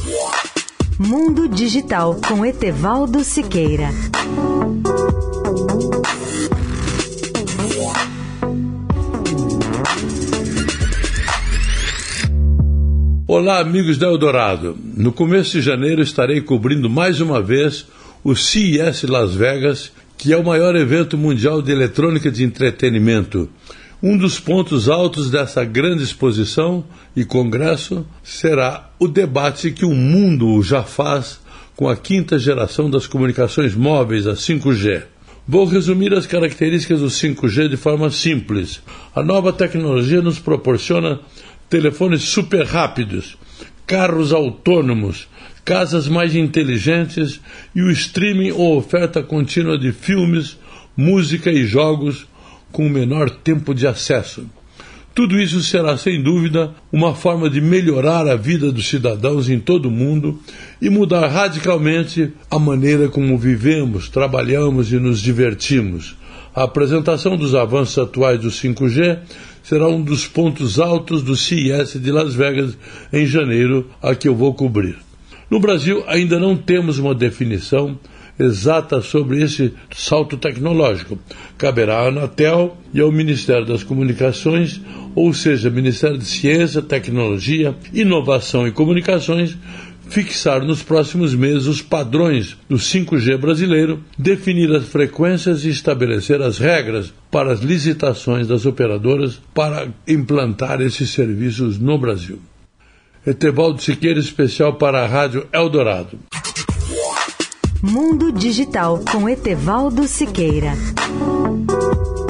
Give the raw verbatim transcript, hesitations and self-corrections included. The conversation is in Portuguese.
Mundo Digital com Etevaldo Siqueira. Olá, amigos da Eldorado. No começo de janeiro estarei cobrindo mais uma vez o C E S Las Vegas, que é o maior evento mundial de eletrônica de entretenimento. Um dos pontos altos dessa grande exposição e congresso será o debate que o mundo já faz com a quinta geração das comunicações móveis, a cinco G. Vou resumir as características do cinco G de forma simples. A nova tecnologia nos proporciona telefones super rápidos, carros autônomos, casas mais inteligentes e o streaming ou oferta contínua de filmes, música e jogos com o menor tempo de acesso. Tudo isso será, sem dúvida, uma forma de melhorar a vida dos cidadãos em todo o mundo e mudar radicalmente a maneira como vivemos, trabalhamos e nos divertimos. A apresentação dos avanços atuais do cinco G será um dos pontos altos do C E S de Las Vegas em janeiro, a que eu vou cobrir. No Brasil, ainda não temos uma definição exata sobre esse salto tecnológico. Caberá à Anatel e ao Ministério das Comunicações, ou seja, Ministério de Ciência, Tecnologia, Inovação e Comunicações, fixar nos próximos meses os padrões do cinco G brasileiro, definir as frequências e estabelecer as regras para as licitações das operadoras para implantar esses serviços no Brasil. Etevaldo Siqueira, especial para a Rádio Eldorado. Mundo Digital com Etevaldo Siqueira.